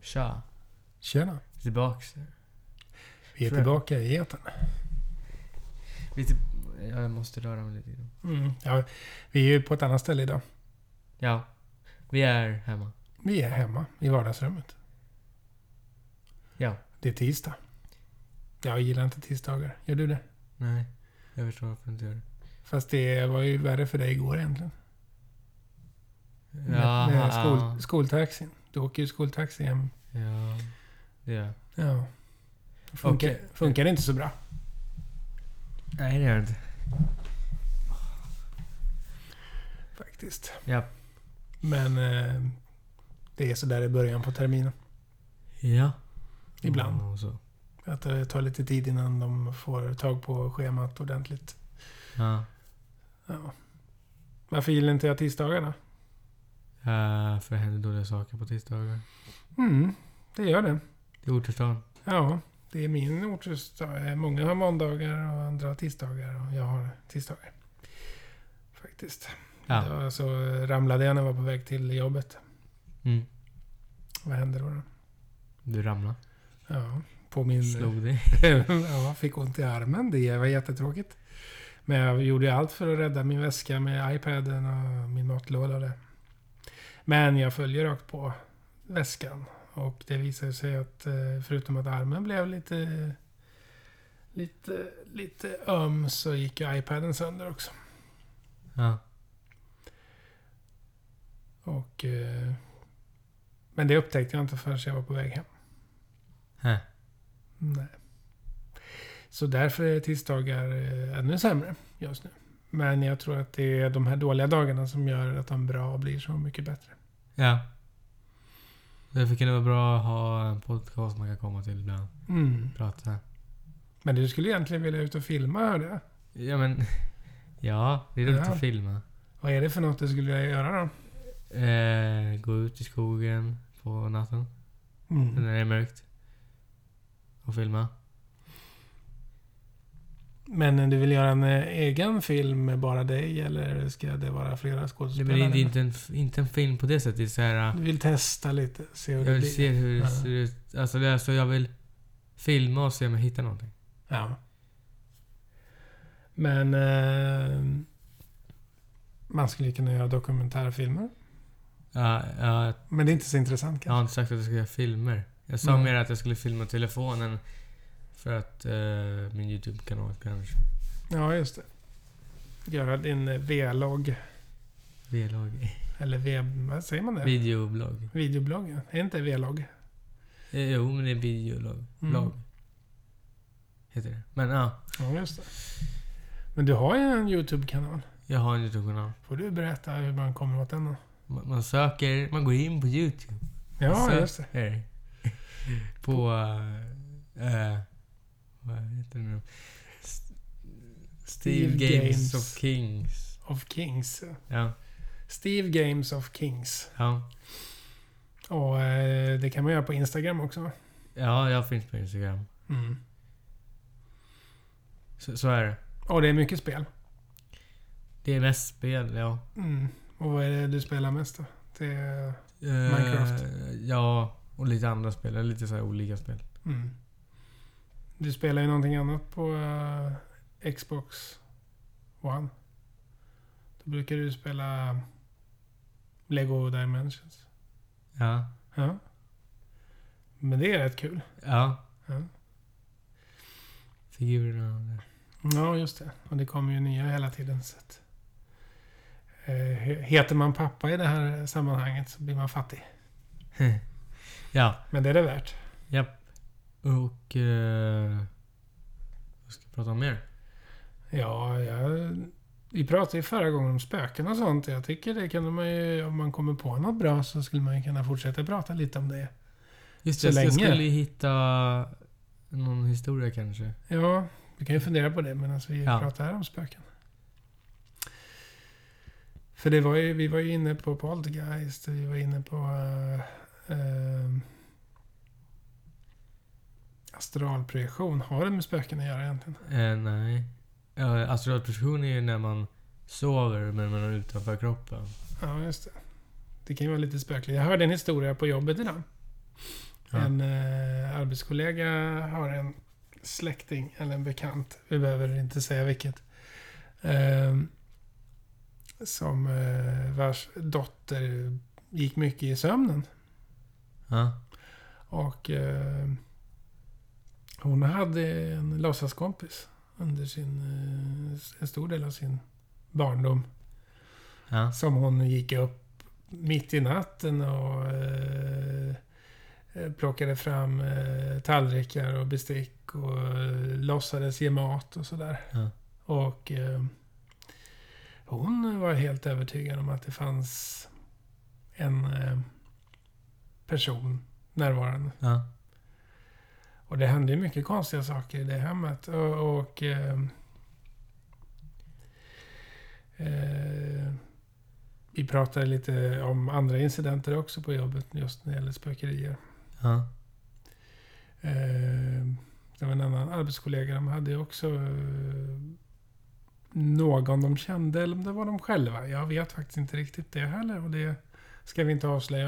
Tja. Tjena. Tillbaks. Vi är tillbaka i etern. Jag måste röra mig lite. Ja, vi är ju på ett annat ställe idag. Ja. Vi är hemma. Vi är hemma i vardagsrummet. Ja. Det är tisdag. Jag gillar inte tisdagar. Gör du det? Nej. Jag förstår varför du inte gör det. Fast det var ju värre för dig igår egentligen. Ja. Med skoltaxin. Du åker ju skoltaxi hem. Ja. Det gör jag. Ja. Funkar det inte så bra? Nej, det gör det inte. Faktiskt. Ja. Men det är så där i början på terminen. Ja. Ibland. Och så. Att det tar lite tid innan de får tag på schemat ordentligt. Ja. Ja. Varför gillar inte jag tisdagarna? För det händer dåliga saker på tisdagar. Det gör det. Det är otorsdagen. Ja, det är min otorsdag. Många har måndagar och andra har tisdagar. Och jag har tisdagar. Faktiskt. Ja. Då så ramlade jag när jag var på väg till jobbet. Vad hände då? Du ramlade. Ja, på min... Slog dig. Ja, fick ont i armen. Det var jättetråkigt. Men jag gjorde allt för att rädda min väska med iPaden och min matlåda och det. Men jag följer rakt på väskan. Och det visade sig att förutom att armen blev lite öm så gick ju iPaden sönder också. Ja. Och... Men det upptäckte jag inte förrän jag var på väg hem. Nej. Så därför är tisdagar ännu sämre just nu. Men jag tror att det är de här dåliga dagarna som gör att de bra blir så mycket bättre. Ja. Därför kan det vara bra att ha en podcast man kan komma till ibland. Prata. Men du skulle egentligen vilja ut och filma, hörde jag. Ja, men... Ja, det är roligt att filma. Vad är det för något du skulle vilja göra då? Gå ut i skogen på natten. När det är mörkt. Och filma. Men du vill göra en egen film med bara dig? Eller ska det vara flera skådespelare? Det är inte en film på det sättet. Det är så här, du vill testa lite? Se hur jag vill se hur det ser ut. Alltså jag vill filma och se om jag hittar någonting. Ja. Men... man skulle kunna göra dokumentärfilmer. Ja. Men det är inte så intressant kanske. Jag har inte sagt att jag ska göra filmer. Jag sa mer att jag skulle filma telefonen. För att min YouTube-kanal kanske. Ja, just det. Göra din vlogg. Vlogg. Eller vad säger man det? Videoblogg. Videoblogg, ja. Är inte vlogg? Jo, men det är videologg. Blogg. Heter det. Men ja. Ja, just det. Men du har ju en YouTube-kanal. Jag har en YouTube-kanal. Får du berätta hur man kommer åt den då? Man söker... Man går in på YouTube. Ja, just det. På... vad heter det nu? Steve Games of Kings. Of Kings. Ja. Steve Games of Kings. Ja. Och det kan man göra på Instagram också, va? Ja, jag finns på Instagram. Så är det. Och det är mycket spel. Det är mest spel, ja. Och vad är det du spelar mest då? Det är Minecraft? Ja, och lite andra spel. Lite så här olika spel. Du spelar ju någonting annat på Xbox One. Då brukar du spela Lego Dimensions. Ja. Men det är rätt kul. Ja. Figurerna. Ja, just det. Och det kommer ju nya hela tiden. Så att, heter man pappa i det här sammanhanget så blir man fattig. Ja. Men det är det värt. Japp. Och... vad ska jag prata om mer? Ja, vi pratade ju förra gången om spöken och sånt. Jag tycker det kunde man ju... Om man kommer på något bra så skulle man ju kunna fortsätta prata lite om det. Just det, jag skulle hitta någon historia kanske. Ja, vi kan ju fundera på det medan vi pratar här om spöken. För det var ju, vi var ju inne på Poltergeist. Vi var inne på astralprojektion. Har det med spöken att göra egentligen? Nej. Astralprojektion är ju när man sover men man är utanför kroppen. Ja, just det. Det kan ju vara lite spökligt. Jag hörde en historia på jobbet idag. Ja. En arbetskollega har en släkting eller en bekant. Vi behöver inte säga vilket. Som vars dotter gick mycket i sömnen. Ja. Och hon hade en låtsaskompis under en stor del av sin barndom. Ja. Som hon gick upp mitt i natten och plockade fram tallrikar och bestick och låtsades ge mat och sådär. Ja. Och hon var helt övertygad om att det fanns en person närvarande. Ja. Och det hände ju mycket konstiga saker i det hemmet. Och vi pratade lite om andra incidenter också på jobbet just när det gäller spökerier. Ja. Det var en annan arbetskollega. De hade ju också någon de kände, eller om det var de själva. Jag vet faktiskt inte riktigt det heller, och det ska vi inte avslöja.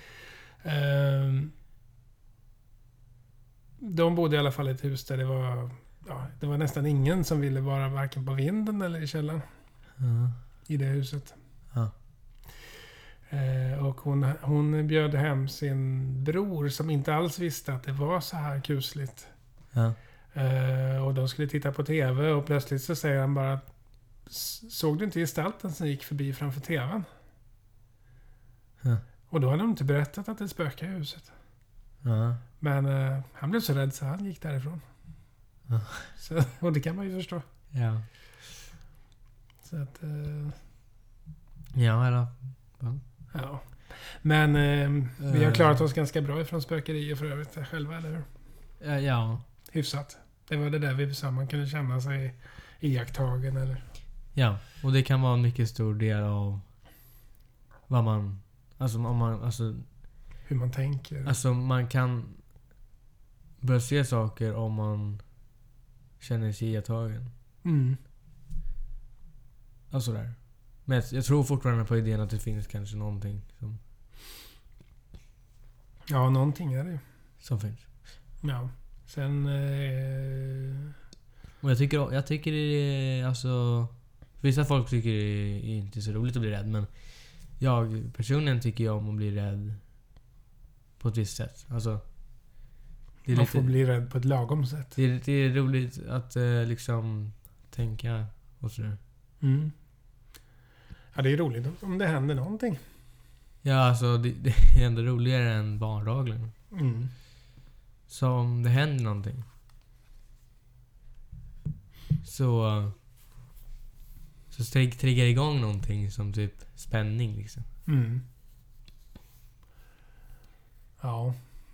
De bodde i alla fall i ett hus där det var nästan ingen som ville vara varken på vinden eller i källaren. Ja. I det huset. Ja. Och hon bjöd hem sin bror som inte alls visste att det var så här kusligt. Ja. Och de skulle titta på TV och plötsligt så säger han bara: såg du inte gestalten som gick förbi framför TVn? Ja. Och då hade de inte berättat att det spökade i huset. Ja. Men han blev så rädd så han gick därifrån. Ja. Så, och det kan man ju förstå. Ja. Så att... Ja, eller... ja. Men vi har klarat oss ganska bra ifrån spökerier för övrigt själva, eller hur? Ja. Hyfsat. Det var det där vi sa, man kunde känna sig iakttagen eller... Ja, och det kan vara en mycket stor del av vad man... Alltså, om man... Alltså, hur man tänker. alltså, man kan börja se saker om man känner sig iakttagen. Mm. Alltså där. Men jag tror fortfarande på idén att det finns kanske någonting som... Ja, någonting är det ju. Som finns. Ja. Sen... Och jag tycker det är... Alltså... Vissa folk tycker det är inte så roligt att bli rädd, men jag personligen tycker jag om att bli rädd på ett visst sätt. Alltså... Det är man lite, får bli rädd på ett lagom sätt. det är roligt att liksom tänka och sådär. Mm. Ja, det är roligt om det händer någonting. Ja, alltså det är ändå roligare än vardagligen. Mm. Så om det händer någonting så triggar igång någonting som typ spänning liksom. Mm. Ja.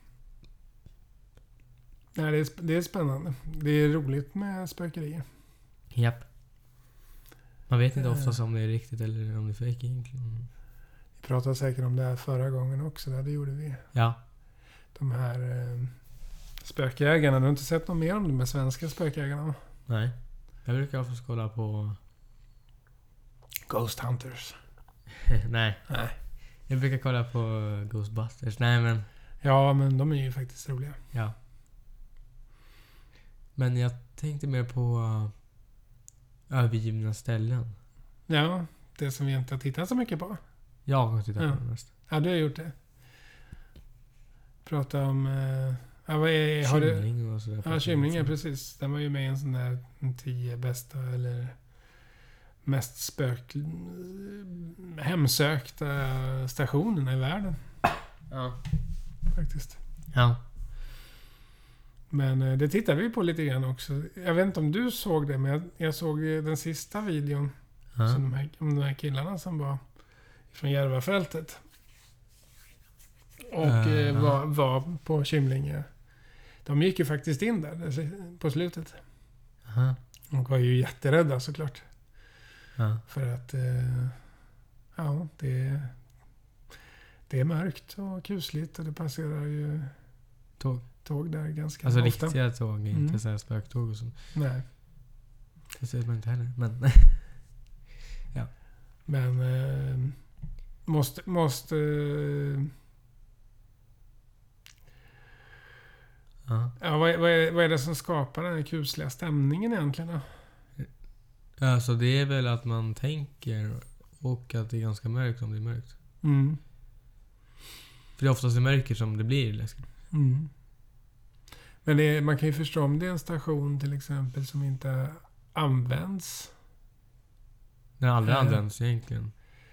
Nej, det är spännande. Det är roligt med spökerier. Japp. Man vet inte oftast om det är riktigt eller om det är fake egentligen. Vi pratade säkert om det här förra gången också. Det gjorde vi. Ja. De här spökjägarna. Du har inte sett något mer om de här svenska spökjägarna? Nej. Jag brukar oftast kolla på... Ghost Hunters. Nej. Nej. Jag brukar kolla på Ghostbusters. Nej, men... Ja, men de är ju faktiskt roliga. Ja. Men jag tänkte mer på övergivna ställen. Ja, det som vi inte har tittat så mycket på. Jag har tittat på det mest. Ja, du har gjort det. Prata om... Kymling och sådär. Ja, Kymling, precis. Den var ju med i en sån där 10 bästa eller mest hemsökta stationerna i världen. Ja. Faktiskt. Ja. Men det tittar vi på lite grann också. Jag vet inte om du såg det, men jag såg den sista videon som om de här killarna som var från Järvafältet. Och var på Kymlinge. De gick ju faktiskt in där på slutet. De var ju jätterädda såklart. För att det är mörkt och kusligt och det passerar ju tåg där ganska alltså ofta. Riktiga tåg, inte så här spöktåg och sånt. Nej. Det ser man inte heller, men... ja. Men måste Ja. Ja, vad är det som skapar den här kusliga stämningen egentligen då? Alltså det är väl att man tänker och att det är ganska mörkt om det är mörkt. Mm. För det är oftast det mörker som det blir läskigt. Mm. Men man kan ju förstå om det är en station till exempel som inte används. Den aldrig används egentligen.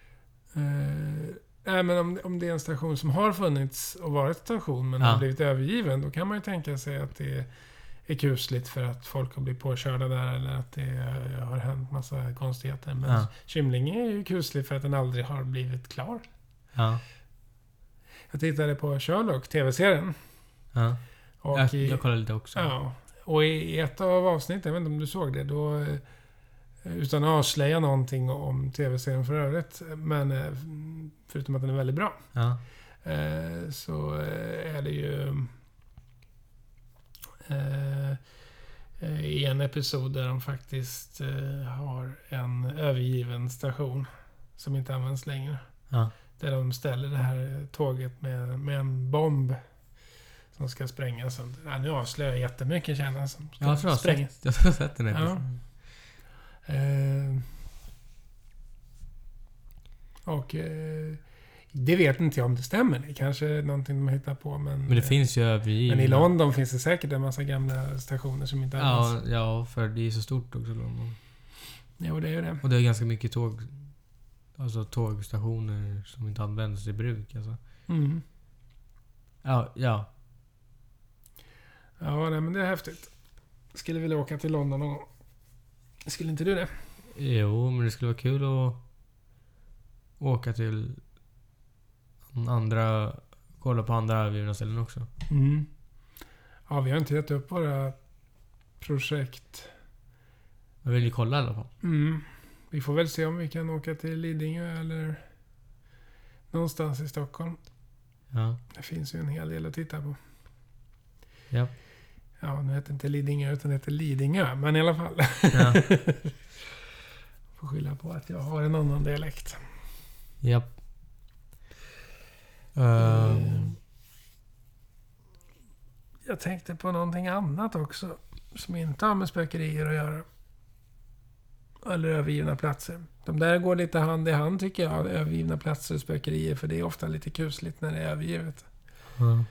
Nej, men om det är en station som har funnits och varit station men har blivit övergiven, då kan man ju tänka sig att det är kusligt för att folk har blivit påkörda där eller att det har hänt massa konstigheter. Men Kymlinge är ju kuslig för att den aldrig har blivit klar. Ja. Jag tittade på Sherlock, tv-serien. Ja. Och jag kollade lite också. Ja. Och i ett av avsnitten, jag vet inte om du såg det, då utan att avslöja någonting om tv-serien för övrigt, men förutom att den är väldigt bra, så är det ju i en episod där de faktiskt har en övergiven station som inte används längre. Ja. Där de ställer det här tåget med en bomb som ska sprängas. Nu avslöjar jag jättemycket, känner som ska jag har sett den här. Ja. Det vet inte jag om det stämmer. Det kanske är någonting de hittar på. Men det finns ju övergivna. Men i London finns det säkert en massa gamla stationer som inte används. Ja, för det är så stort också London. Jo, det är ju det. Och det är ganska mycket tågstationer som inte används i bruk. Alltså. Mm. Ja. Ja, nej, men det är häftigt. Skulle vilja åka till London någon gång. Skulle inte du det? Jo, men det skulle vara kul att åka till kolla på andra övergivna ställen också. Mm. Ja, vi har inte gett upp våra projekt. Jag vill ju kolla i alla fall. Mm. Vi får väl se om vi kan åka till Lidingö eller någonstans i Stockholm. Ja. Det finns ju en hel del att titta på. Ja. Ja, nu heter det inte Lidingö utan det heter Lidingö. Men i alla fall. Ja. Får skylla på att jag har en annan dialekt. Japp. Jag tänkte på någonting annat också. Som inte har med spökerier att göra. Eller övergivna platser. De där går lite hand i hand tycker jag. Övergivna platser och spökerier. För det är ofta lite kusligt när det är övergivet. Ja.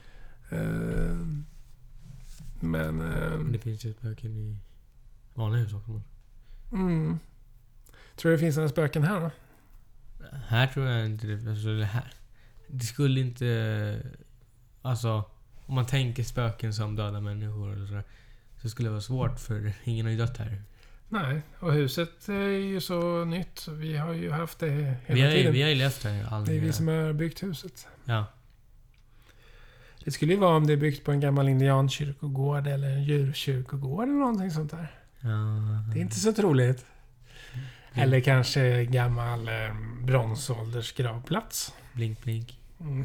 Men det finns ju spöken i vanliga hus också. Tror du det finns några spöken här då? Här tror jag inte det. Alltså det skulle inte... Alltså, om man tänker spöken som döda människor eller så skulle det vara svårt för ingen har ju dött här. Nej, och huset är ju så nytt. Så vi har ju haft det hela tiden. Vi har ju levt här. Det är vi som har byggt huset. Ja. Det skulle ju vara om det är byggt på en gammal indiankyrkogård eller en djurkyrkogård eller någonting sånt där. Ja. Det är inte så troligt. Eller kanske gammal bronsålders gravplats. Blink, blink. Mm.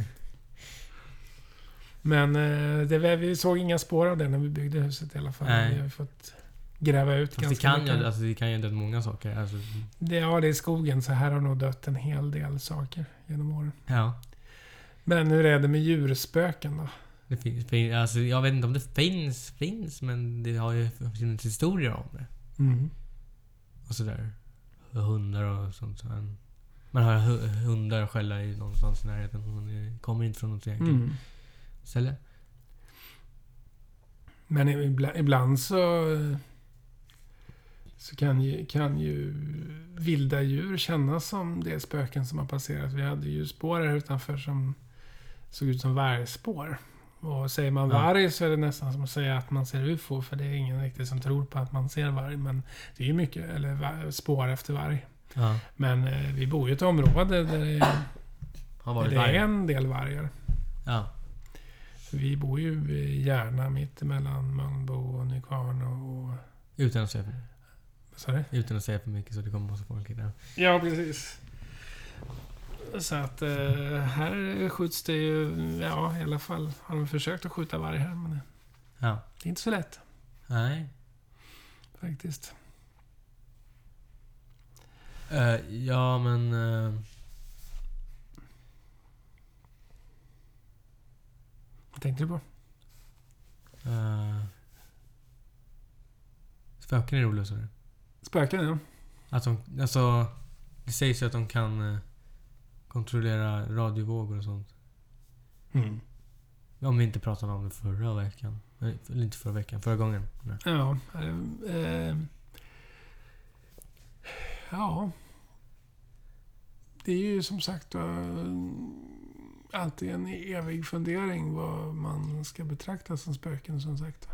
Men vi såg inga spår av det när vi byggde huset i alla fall. Nej. Vi har fått gräva ut fast ganska mycket. Det kan ju dött många saker. Alltså. Det är skogen, så här har nog dött en hel del saker genom åren. Ja. Men hur är det med djurspöken då? Det finns, alltså, jag vet inte om det finns, men det har ju funnits historier om det. Mm. Och sådär. Hundar och sånt. Man har hundar skälla i någonstans i närheten. Man kommer inte från något egentligen ställe. Men ibland så kan ju vilda djur kännas som det spöken som har passerat. Vi hade ju spår här utanför som såg ut som vargspår. Och säger man varg så är det nästan som att säga att man ser UFO, för det är ingen riktigt som tror på att man ser varg. Men det är ju mycket, eller spår efter varg. Ja. Men vi bor ju i ett område där det är en del vargar. Ja. Vi bor ju gärna mitt emellan Mölnbo och Nykvarn och... Utan att säga för mycket. Vad sa du? Utan att säga för mycket så det kommer massa folk där. Ja, precis. Så att här skjuts det ju... Ja, i alla fall har de försökt att skjuta varg här, men det är inte så lätt. Nej. Faktiskt. Ja, men... Vad tänkte du på? Spöken är roligt, så det. Spöken, ja. Att alltså, det sägs ju att de kan kontrollera radiovågor och sånt. Mm. Om vi inte pratade om det förra veckan. Eller inte förra veckan, förra gången. Nej. Ja. Ja. Det är ju som sagt alltid en evig fundering vad man ska betrakta som spöken, som sagt.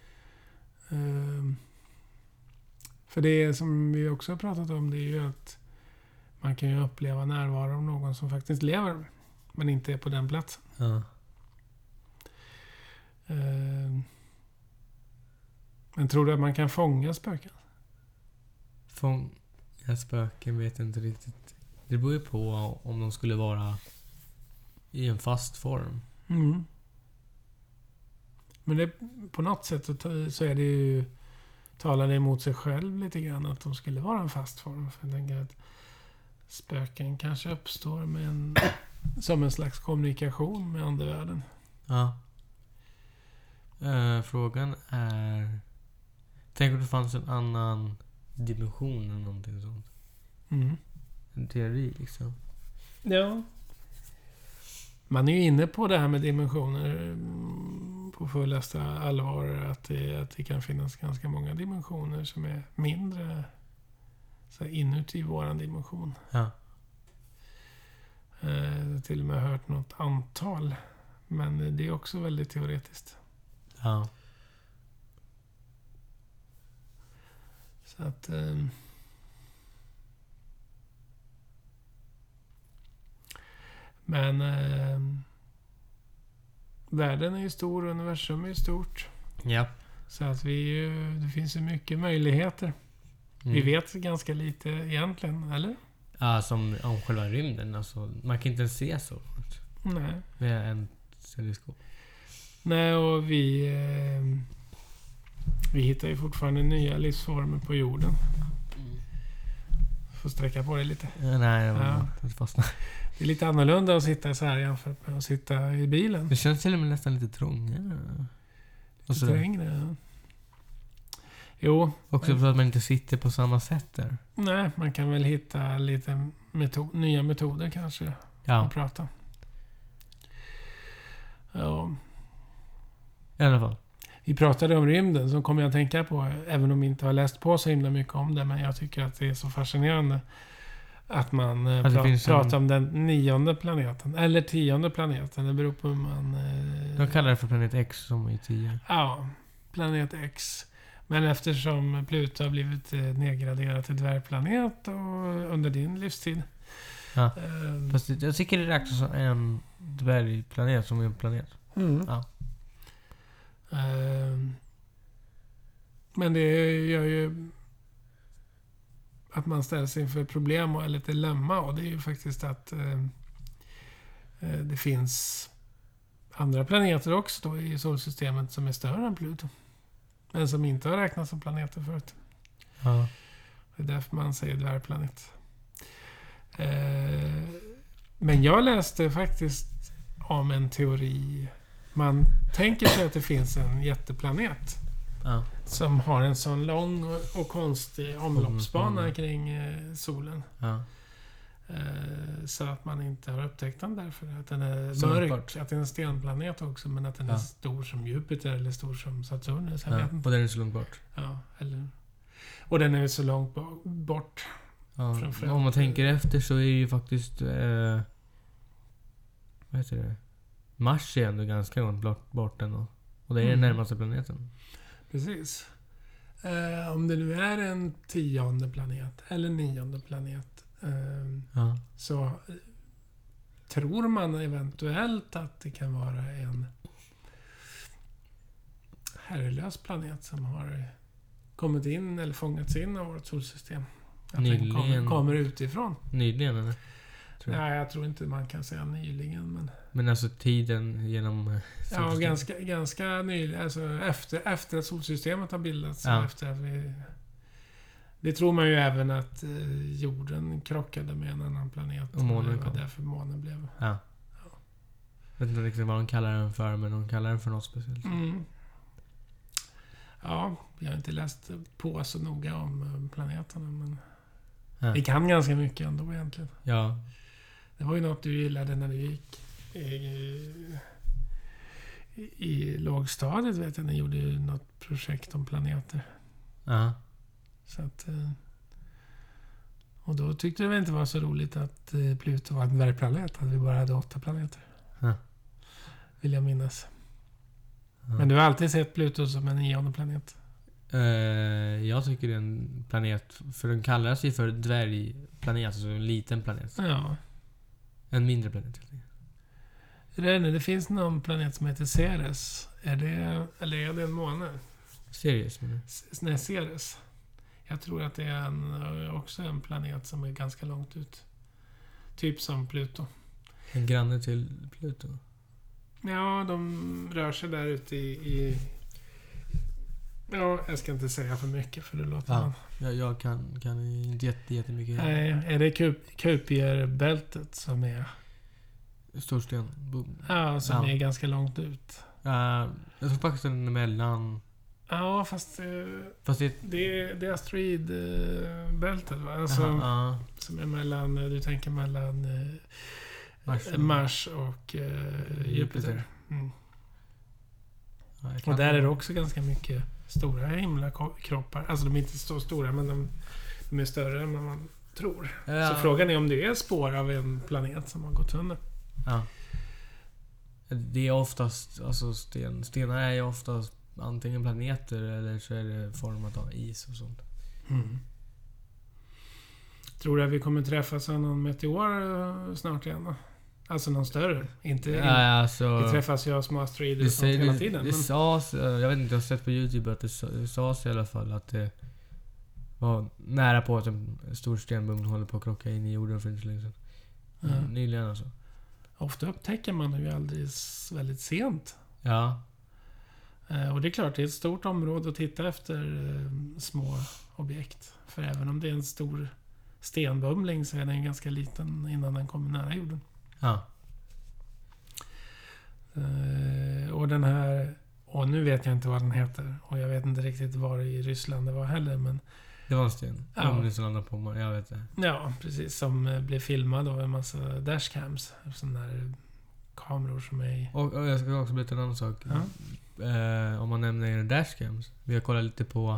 För det som vi också har pratat om, det är ju att man kan ju uppleva närvaro av någon som faktiskt lever, men inte är på den platsen. Ja. Men tror du att man kan fånga spöken? Fånga spöken vet jag inte riktigt. Det beror ju på om de skulle vara i en fast form. Mm. Men det, på något sätt så är det ju, talar det emot sig själv lite grann att de skulle vara en fast form. För jag tänker att spöken kanske uppstår med som en slags kommunikation med andevärlden. Ja. Frågan är... Tänk om det fanns en annan dimension eller någonting sånt. Mm. En teori liksom. Ja. Man är ju inne på det här med dimensioner på fullaste allvar. Att det kan finnas ganska många dimensioner som är mindre så inuti våran dimension. Ja. Till och med hört något antal. Men det är också väldigt teoretiskt. Ja. Så att... Men världen är ju stor, universum är ju stort. Ja. Så att det finns ju mycket möjligheter. Vi vet ganska lite egentligen, eller? Ja, som om själva rymden. Alltså, man kan inte ens se så. Nej. Med en teleskop. Nej, och vi hittar ju fortfarande nya livsformer på jorden. Får sträcka på det lite. Nej, det var inte fastna. Det är lite annorlunda att sitta så här jämfört med att sitta i bilen. Det känns till och med nästan lite trångare. Lite trängre, ja. Jo. Också för att man inte sitter på samma sätt där. Nej, man kan väl hitta lite nya metoder kanske. Ja. Att prata. Ja. I alla fall. Vi pratade om rymden, så kommer jag att tänka på, även om jag inte har läst på så himla mycket om det, men jag tycker att det är så fascinerande att man pratar om den 9:e planeten, eller 10:e planeten, det beror på hur man... De kallar det för planet X som är 10. Ja, planet X. Men eftersom Pluto har blivit nedgraderat till dvärgplanet och under din livstid. Ja. Fast jag tycker det räknas som en dvärgplanet som en planet. Mm. Ja. Men det gör ju att man ställs inför problem och ett dilemma. Och det är ju faktiskt att det finns andra planeter också då i solsystemet som är större än Pluto. Men som inte har räknats som planeter förut. Ja. Det är därför man säger dvärgplanet. Men jag läste faktiskt om en teori. Man tänker sig att det finns en jätteplanet. Ja. Som har en sån lång och konstig omloppsbana kring solen. Ja. Så att man inte har upptäckt den därför. Att den är Så mörk. Att det är en stenplanet också. Men att den är stor som Jupiter eller stor som Saturnus. Ja. Och den är så långt bort. Ja, eller... Och den är så långt bort. Ja. Om man tänker efter så är det ju faktiskt... vad heter det? Mars är ändå ganska långt bort ändå. Och det är den närmaste planeten. Precis. Om det nu är en 10:e planet eller 9:e planet så tror man eventuellt att det kan vara en herrelös planet som har kommit in eller fångats in av vårt solsystem. Att den kommer utifrån. Nyligen eller? Nej, jag tror inte man kan säga nyligen. Men alltså tiden genom... Ja, ganska nyligen. Alltså efter att solsystemet har bildats. Ja. Efter att det tror man ju även att jorden krockade med en annan planet. Och månen kom. Därför månen blev... Ja. Jag vet inte riktigt vad de kallar den för, men de kallar den för något speciellt. Mm. Ja, jag har inte läst på så noga om planeterna, men Ja. vi kan ganska mycket ändå egentligen. Ja. Det var ju något du gillade när du gick i lågstadiet, vet jag. Ni gjorde ju något projekt om planeter. Ja. Så att, och då tyckte du väl inte var så roligt att Pluto var en dvärgplanet, att vi bara hade 8 planeter. Ja. Vill jag minnas. Ja. Men du har alltid sett Pluto som en 9:e planet. Jag tycker det är en planet, för den kallas ju för dvärgplanet, alltså en liten planet. Ja. En mindre planet. Det finns någon planet som heter Ceres. Eller är det en måne? Seriöst men Nej, Ceres. Jag tror att det är också en planet som är ganska långt ut. Typ som Pluto. en granne till Pluto. Ja, de rör sig där ute i... Ja, jag ska inte säga för mycket för det låter... Ja. Jag kan inte jättemycket. Nej, är det Kuiperbältet som är... Storsten. Ja, som är ganska långt ut. Jag tror faktiskt den är mellan... Ja, fast det är asteroidbältet, va? Alltså, som är mellan... Du tänker mellan Mars och Jupiter. Mm. Ja, och där är det också ganska mycket stora himlakroppar. Alltså de är inte så stora, men de är större än vad man tror. Ja. Så frågan är om det är spår av en planet som har gått under. Ja. Det är oftast... Alltså stenar är ju oftast antingen planeter eller så är det format av is och sånt. Mm. Tror du att vi kommer träffas av någon meteor snart igen då? Alltså någon större? Alltså, vi träffas ju av små asteroider och sånt hela tiden. Det sades, jag vet inte, jag har sett på YouTube att det sades i alla fall att det var nära på att en stor stenbubbla håller på att krocka in i jorden för inte så länge sedan. Nyligen alltså. Ofta upptäcker man ju alldeles väldigt sent. Ja. Och det är klart, det är ett stort område att titta efter små objekt. För även om det är en stor stenbumling så är den ganska liten innan den kommer nära jorden. Ja. Och den här... Och nu vet jag inte vad den heter. Och jag vet inte riktigt var i Ryssland det var heller, men... Det var en sten. Ja. Om det så landar på mig, jag vet det. Ja, precis. Som blev filmad av en massa dashcams. Sådana där kameror som är i... Och jag ska också berätta en annan sak. Ja. Om man nämner dashcams. Vi har kollat lite på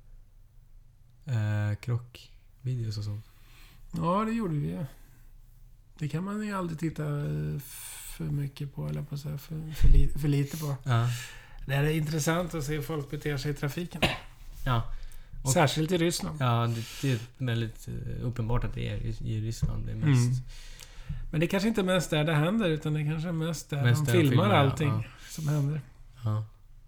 krockvideos och sånt. Ja, det gjorde vi ju. Det kan man ju aldrig titta för mycket på, eller på så här, för lite på. Ja. Det är intressant att se hur folk beter sig i trafiken. Ja. Och, särskilt i Ryssland. Ja, det är väldigt uppenbart att det är i Ryssland. Det är mest... Men det är kanske inte mest där det händer, utan det är kanske mest där de filmar allting som händer. Ja.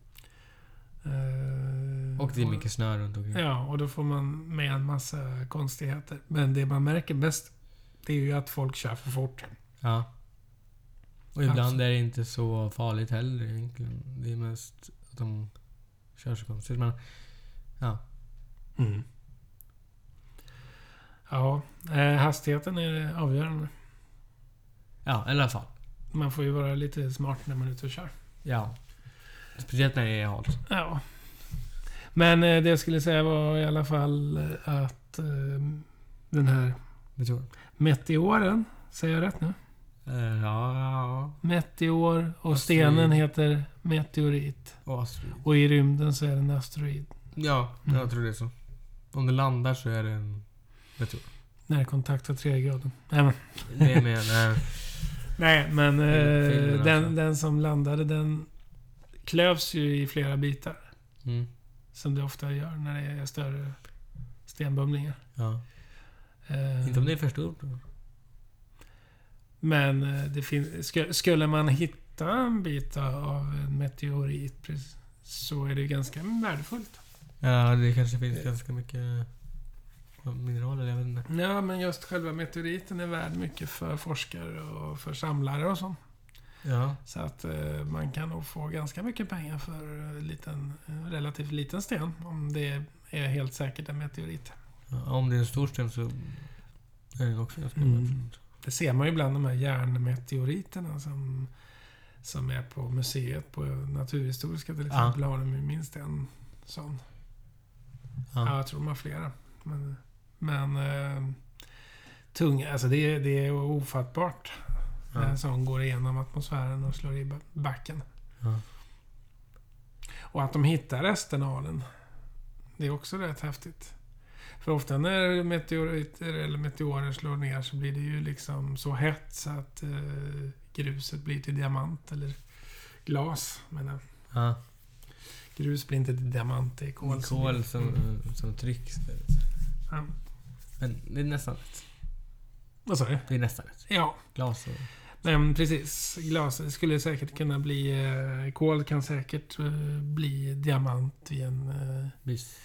Och det är mycket snö runt omkring. Ja, och då får man med en massa konstigheter. Men det man märker bäst, det är ju att folk kör för fort. Ja. Och ibland är det inte så farligt heller egentligen. Det är mest att de kör så konstigt. Men, ja. Mm. Ja, hastigheten är avgörande. Ja, i alla fall. Man får ju vara lite smart när man är ute och kör. Ja. Speciellt när det är halt. Ja. Men det jag skulle säga var i alla fall att den här meteoren, säger jag rätt nu? Ja. Meteor och stenen heter meteorit. Och i rymden så är det en asteroid. Ja, jag tror det är så. Om det landar så är det en meteor. När det kontaktar 3 graden. Nej, det är med, nej, men den som landade, den klövs ju i flera bitar. Mm. Som det ofta gör när det är större stenbumlingar. Ja. Inte om det är för stort. Men det skulle man hitta en bit av en meteorit så är det ganska värdefullt. Ja, det kanske finns ganska mycket mineraler, jag vet inte. Ja, men just själva meteoriten är värd mycket för forskare och för samlare och så. Ja. Så att man kan nog få ganska mycket pengar för en relativt liten sten. Om det är helt säkert en meteorit. Ja, om det är en stor sten så är det också ganska värdefullt. Det ser man ju ibland de här järnmeteoriterna som är på museet på Naturhistoriska till exempel. Har de ju minst en sån. Ja. Ja, jag tror de har flera. Men tunga, alltså det är ofattbart. Ja. Som går igenom atmosfären och slår i backen. Ja. Och att de hittar resterna av den. Det är också rätt häftigt. För ofta när meteoriter eller meteorer slår ner så blir det ju liksom så hett så att gruset blir till diamant eller glas. Men Ja. grus blir inte till diamant, det är kol. Kol som trycks. Ja. Men det är nästan rätt. Vad sa du? Det är nästan rätt. Ja, Glas och... men precis. Glas skulle säkert kunna bli... kol kan säkert bli diamant i en... Bis.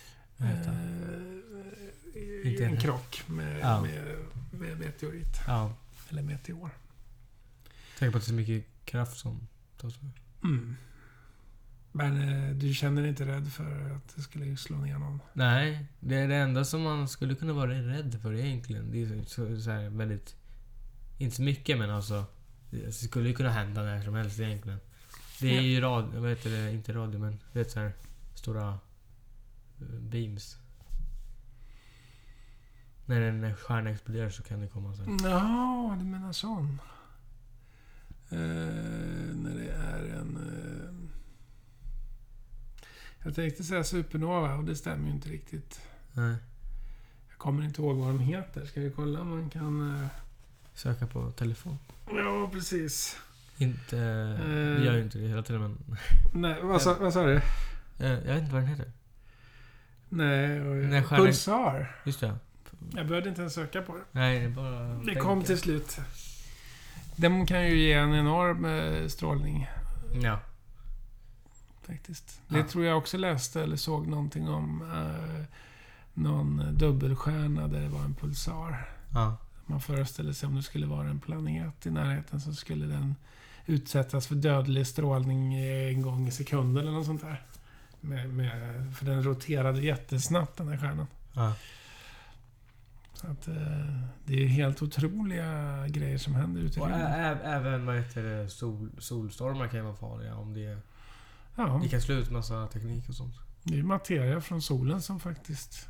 i en krock med meteorit. Ja. Eller meteor. Tänk på att det är så mycket kraft som tas med. Mm. Men du känner dig inte rädd för att det skulle slå ner någon? Nej, det är det enda som man skulle kunna vara rädd för egentligen. Det är så här väldigt... Inte så mycket, men alltså... Det skulle ju kunna hända när som helst egentligen. Det är ju radio... Vad heter det? Inte radio, men... Det är så här stora... beams. När en stjärna exploderar så kan det komma så här. Ja, du menar sån. När det är en... jag tänkte säga supernova och det stämmer ju inte riktigt. Nej. Jag kommer inte ihåg vad de heter. Ska vi kolla om man kan... Söka på telefon. Ja, precis. Inte... Vi gör ju inte det hela tiden, men... Nej, vad sa du? Jag vet inte vad den heter. Nej, pulsar. Just det. Jag behövde inte ens söka på det. Nej, det är bara... Det kom till slut. De kan ju ge en enorm strålning. Ja. Faktiskt. Ja. Det tror jag också läste eller såg någonting om. Någon dubbelstjärna där det var en pulsar. Ja. Man föreställer sig om det skulle vara en planet i närheten så skulle den utsättas för dödlig strålning en gång i sekunden eller något sånt där. För den roterade jättesnabbt, den här stjärnan. Ja. Så att det är helt otroliga grejer som händer ute i Och rymden. även vad heter det, solstormar kan ju vara farliga om det... Ja, Det kan slå ut massa teknik och sånt. det är materia från solen som faktiskt...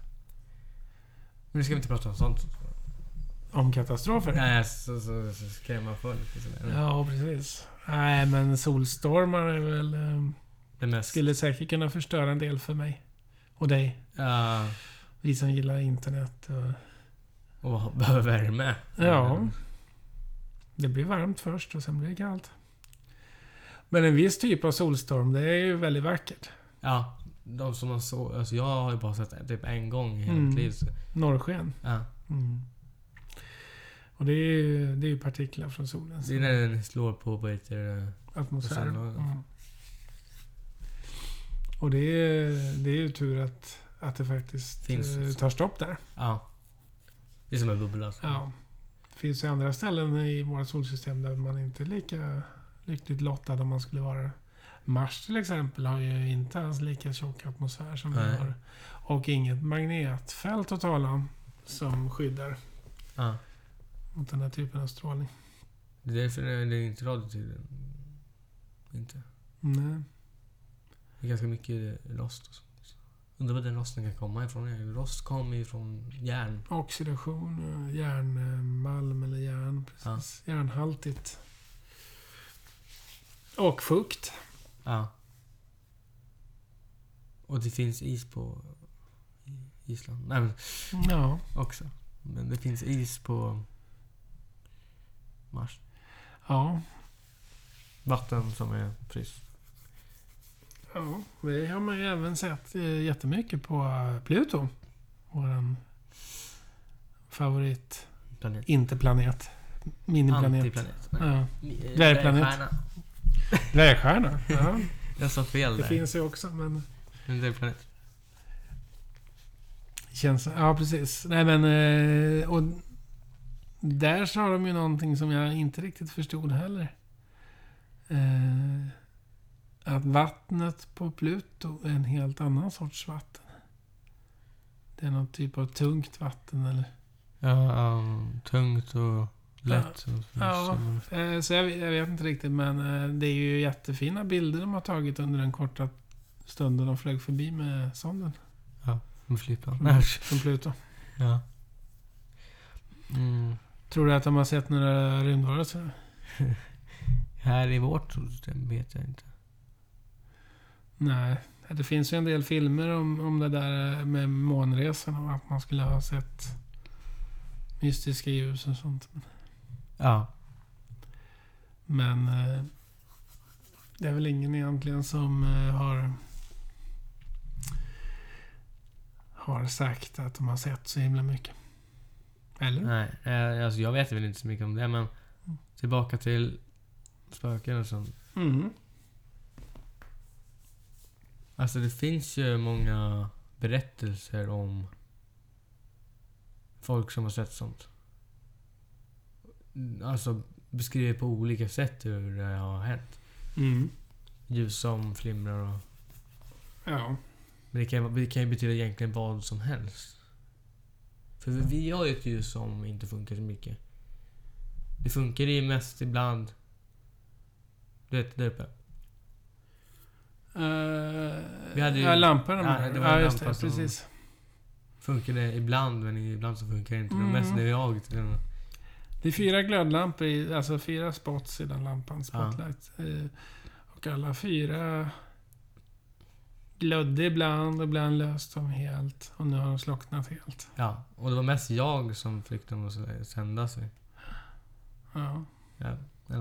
Men nu ska vi inte prata om sånt. Om katastrofer? Nej, så skrämma folk. Ja, precis. Nej, men solstormar är väl... Det mest... skulle säkert kunna förstöra en del för mig. Och dig. Ja. Vi som gillar internet. Och behöver värme. Ja. Det blir varmt först och sen blir det kallt. Men en viss typ av solstorm, det är ju väldigt vackert. Ja. De som man såg... Alltså jag har ju bara sett det typ en gång i hela mitt liv. Så. Norrsken. Ja. Mm. Och det är ju partiklar från solen. Det är när den slår på vad heter det? Atmosfären. Och sen, Mm. Och det är ju tur att det faktiskt tar stopp där. Ja. Det är som en bubbla. Alltså. Ja. Det finns ju andra ställen i våra solsystem där man inte är lika lyckligt lottad om man skulle vara. Mars till exempel har ju inte alls lika tjock atmosfär som vi har. Och inget magnetfält att tala om som skyddar mot den här typen av strålning. Det är därför det är inte radiotid. Inte. Nej. Det är ganska mycket rost och sånt. Undrar vad den rosten kan komma ifrån. Rost kommer ju från järn. Oxidation, järnmalm eller järn. Precis. Ja. Järnhaltigt. Och fukt. Ja. Och det finns is på Island. Nej, men ja. Också. Men det finns is på Mars. Ja. Vatten som är fryst. Ja, det har man ju även sett jättemycket på Pluto. Våran favorit. Planet. Inte planet. Miniplanet. Antiplanet. Ja. Dvärgplanet. Dvärgstjärna. Ja. Jag sa fel det där. Finns ju också, men... En dvärgplanet. Känns... Ja, precis. Nej, men... Och där sa de ju någonting som jag inte riktigt förstod heller. Att vattnet på Pluto är en helt annan sorts vatten. Det är någon typ av tungt vatten, eller? Ja, tungt och lätt. Ja, så jag vet inte riktigt, men det är ju jättefina bilder de har tagit under den korta stunden de flög förbi med sonden. Med flygplan. Från Pluto. Ja. Tror du att de har sett några rymdvarelser? Här i vårt solsystem vet jag inte. Nej. Det finns ju en del filmer om det där med månresan och att man skulle ha sett mystiska ljus och sånt. Ja. Men det är väl ingen egentligen som har sagt att de har sett så himla mycket. Eller? Nej, alltså jag vet väl inte så mycket om det, men tillbaka till spöken och sånt. Alltså det finns ju många berättelser om folk som har sett sånt. Alltså beskriver på olika sätt hur det har hänt. Ljus som flimrar och... Ja. Men det kan ju betyda egentligen vad som helst. För vi har ju ett ljus som inte funkar så mycket. Det funkar ju mest ibland. Du vet, där uppe. Vi hade ju... lamporna. Det var en just lampa det, precis. Funkar det ibland, men ibland så funkar det inte. Det mest det jag till den. Det är 4 glödlampor, alltså 4 spots i den lampan, spotlight. Och alla 4 glödde ibland löst dem helt. Och nu har de slocknat helt. Ja, och det var mest jag som fick dem att sända sig. Ja. Ja.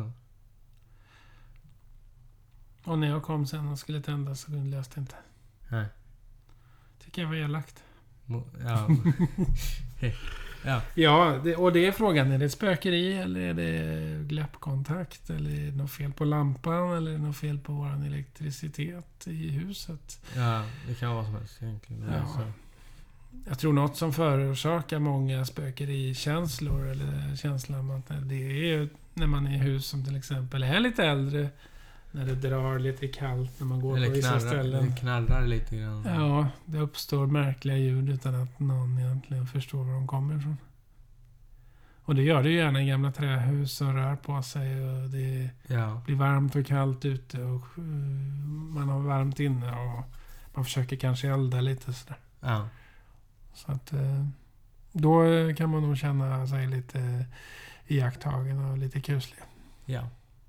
Och när jag kom sen och skulle tända så löste det inte. Nej. Tycker jag var elakt. Ja. Ja. Ja, och det är frågan. Är det ett spökeri eller är det glappkontakt? Eller är det något fel på lampan? Eller är det något fel på vår elektricitet i huset? Ja, det kan vara som helst egentligen. Ja. Jag tror något som förorsakar många spökerikänslor eller känslan att det är när man är i hus som till exempel är lite äldre. När det drar lite kallt när man går på vissa ställen. Det knarrar lite grann. Ja, det uppstår märkliga ljud utan att någon egentligen förstår var de kommer ifrån. Och det gör det ju gärna i gamla trähus som rör på sig och det blir varmt och kallt ute och man har varmt inne och man försöker kanske elda lite sådär. Ja. Så att då kan man nog känna sig lite iakttagen och lite kuslig. Ja.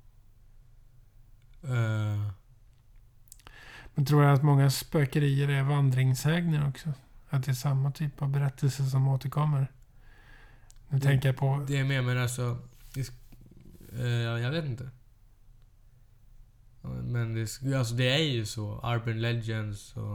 Men tror jag att många spökerier är vandringssägner också? Att det är samma typ av berättelse som återkommer? Nu tänker jag på... Det är med, men alltså... jag vet inte. Men det är ju så. Urban Legends och...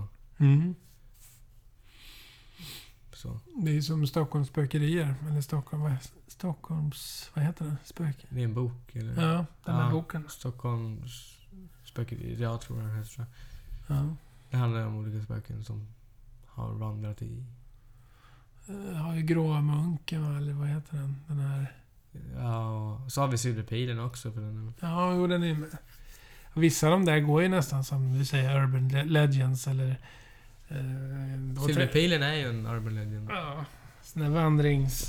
Så. Det är ju som Stockholms spökerier. Eller Stockholms... Vad heter det? Spöke? Det är en bok, eller? Ja, den här boken. Stockholms spökerier. Jag tror den heter så. Ja. Det handlar om olika spöken som har vandrat i... Har ju Gråa munken, eller vad heter den? Den här... Ja, och så har vi Silverpilen också för den. Ja, jo, den är med. Vissa av de där går ju nästan som du säger Urban Legends eller... Silverpilen är ju en Urban Legend. Ja, sån vandrings...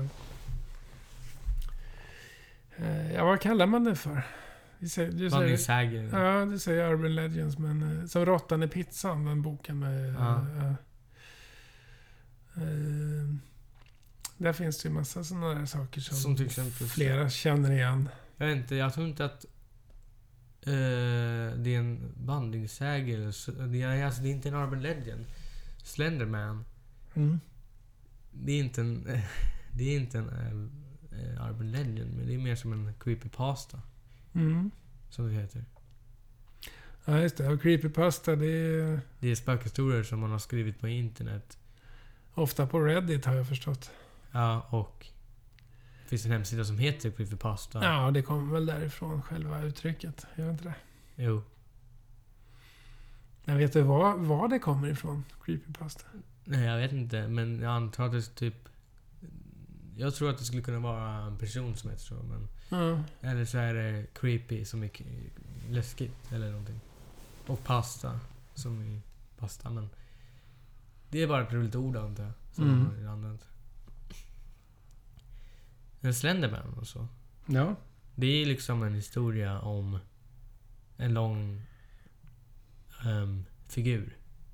ja, vad kallar man det för? Vandringssägen. Ja, du säger Urban Legends, men som Råttan i pizzan, den boken med... där finns det ju massa sådana där saker som till exempel, flera känner igen. Jag vet inte, jag tror inte att det är en vandringssägen. Det är inte en Urban Legend. Slenderman. Det är inte en Urban Legend, men det är mer som en creepypasta. Som det heter. Ja, just det. Och creepypasta, det är spökhistorier som man har skrivit på internet. Ofta på Reddit har jag förstått. Ja, och det finns en hemsida som heter creepypasta. Ja, det kommer väl därifrån själva uttrycket. Gör inte det? Jo. Men vet du var det kommer ifrån? Creepypasta? Nej, jag vet inte. Men jag antar att det är typ... Jag tror att det skulle kunna vara en person som heter så. Men... Eller så är det creepy som är läskigt eller någonting. Och pasta som är pasta. Men det är bara ett roligt ord, antar jag. Som man har använt. En Slenderman och så. Ja. Det är liksom en historia om en lång figur.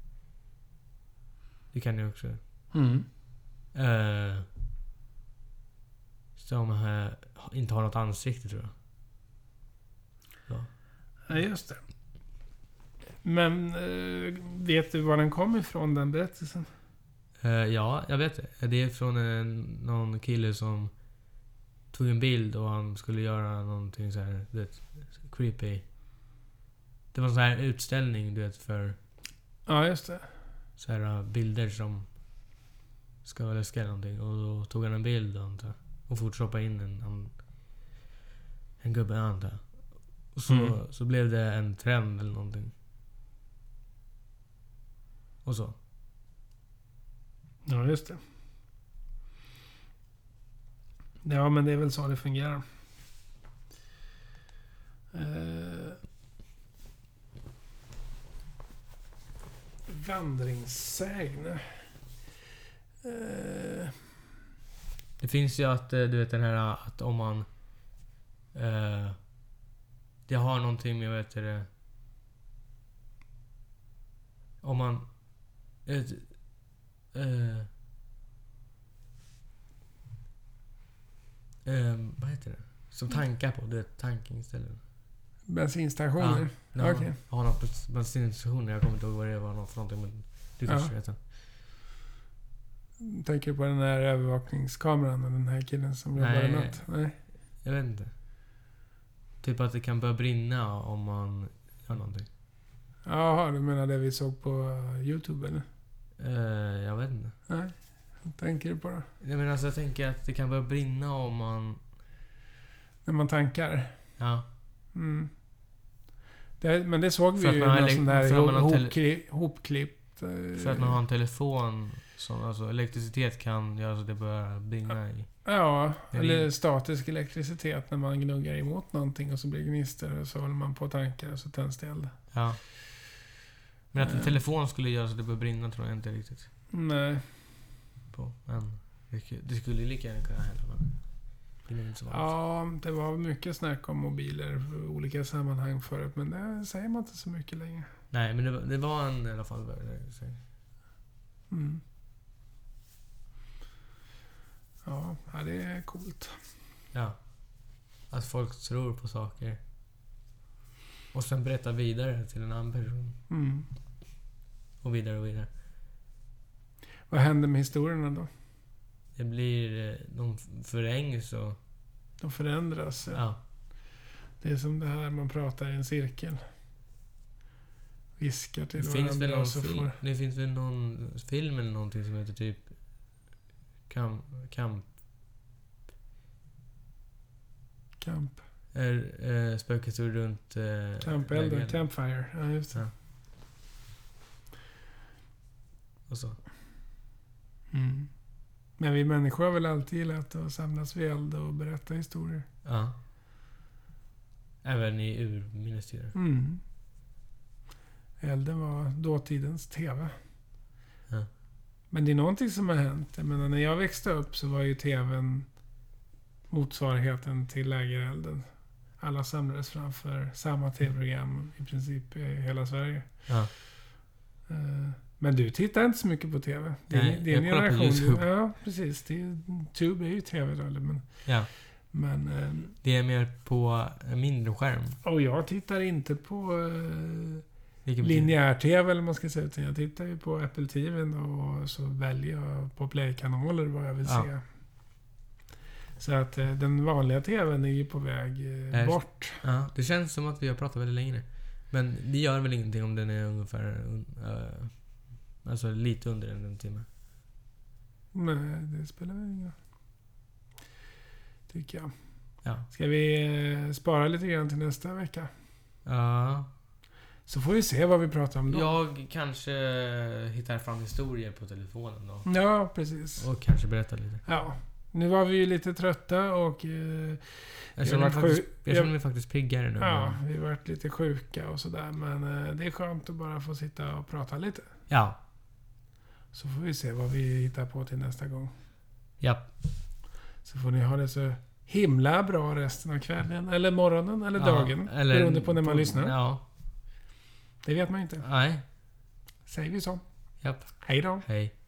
Det kan ju också. Mm. Som inte har något ansikte, tror jag. Ja. Ja, just det. Men vet du var den kom ifrån, den berättelsen? Ja, jag vet det. Det är från någon kille som tog en bild och han skulle göra någonting så här, du vet, creepy. Det var en sån här utställning, du vet, för Ja, just det. så här bilder som ska vara läskiga eller någonting. Och då tog han en bild, antar jag, och fortsatte in en gubbe, antar jag. Och så blev det en trend eller någonting. Och så. Ja, just det. Ja, men det är väl så det fungerar. Vandringssägner. Det finns ju att, du vet, den här att om man... det har någonting med, vet du det... Om man... vad heter det? Som tankar på, du vet, tankingställen. Bensinstationer? Ja, Okej. har något bensinstationer. Jag kommer inte ihåg vad det var för någonting, men du kanske vet det. Tänker du på den här övervakningskameran och den här killen som jobbar natt? Nej. Jag vet inte. Typ att det kan börja brinna om man gör någonting. Jaha, du menar det vi såg på YouTube, eller? Jag vet inte. Nej. Vad tänker du på då? Jag menar, alltså, jag tänker att det kan börja brinna om man... När man tankar? Ja. Mm. Men det såg vi för ju att man någon sån där har hopklippt... För att man har en telefon som, alltså, elektricitet kan göra så att det börjar brinna i. Ja, eller statisk elektricitet när man gnuggar emot någonting och så blir det gnistor och så håller man på att tanka och så tänds det eld. Ja. Men att en telefon skulle göra så att det börjar brinna tror jag inte riktigt Nej. på. Men det skulle ju lika gärna kunna hända. Det är inte så vanligt. Ja, det var mycket snack om mobiler i olika sammanhang förut, men det säger man inte så mycket längre. Nej, men det var en i alla fall. Mm. Ja, det är coolt. Ja. Att folk tror på saker. Och sen berättar vidare till en annan person. Mm. Och vidare och vidare. Vad händer med historierna då? Det blir... De förängs och... De förändras. Ja. Det är som det här man pratar i en cirkel. Viskar till Det finns väl varandra. det finns väl någon film eller någonting som heter typ... Camp. Spökhistorier runt... Camp-elden, Campfire. Ja, just det. Ja. Och så. Mm. Men vi människor har väl alltid gillat att samlas vid eld och berätta historier. Ja. Även i urminnes tider. Mm. Elden var dåtidens TV. Ja. Men det är någonting som har hänt. Jag menar, när jag växte upp så var ju TVn motsvarigheten till lägerelden. Alla samlades framför samma TV-program i princip i hela Sverige. Ja. Men du tittar inte så mycket på TV. Nej, Din jag kollar på generation. YouTube. Ja, precis. Tube är ju TV då. Ja. Men Det är mer på en mindre skärm. och jag tittar inte på Vilken linjär-TV eller man ska säga. Utan jag tittar ju på Apple TV och så väljer jag på Play-kanaler vad jag vill se. Så att den vanliga TVn är ju på väg bort. Ja, det känns som att vi har pratat väldigt länge. Men det gör väl ingenting om den är ungefär... alltså lite under en timme. Nej, det spelar väl ingen roll. Tycker jag. Ja. Ska vi spara lite grann till nästa vecka? Ja. Så får vi se vad vi pratar om då. Jag kanske hittar fram historier på telefonen då. Ja, precis. Och kanske berättar lite. Ja. Nu var vi ju lite trötta och... Jag känner mig faktiskt piggare nu. Ja, vi har varit lite sjuka och sådär. Men det är skönt att bara få sitta och prata lite. Ja. Så får vi se vad vi hittar på till nästa gång. Ja. Så får ni ha det så himla bra resten av kvällen. Eller morgonen eller dagen. Eller beroende på när man lyssnar. Ja. Det vet man inte. Nej. Säger vi så. Japp. Hej då. Hej.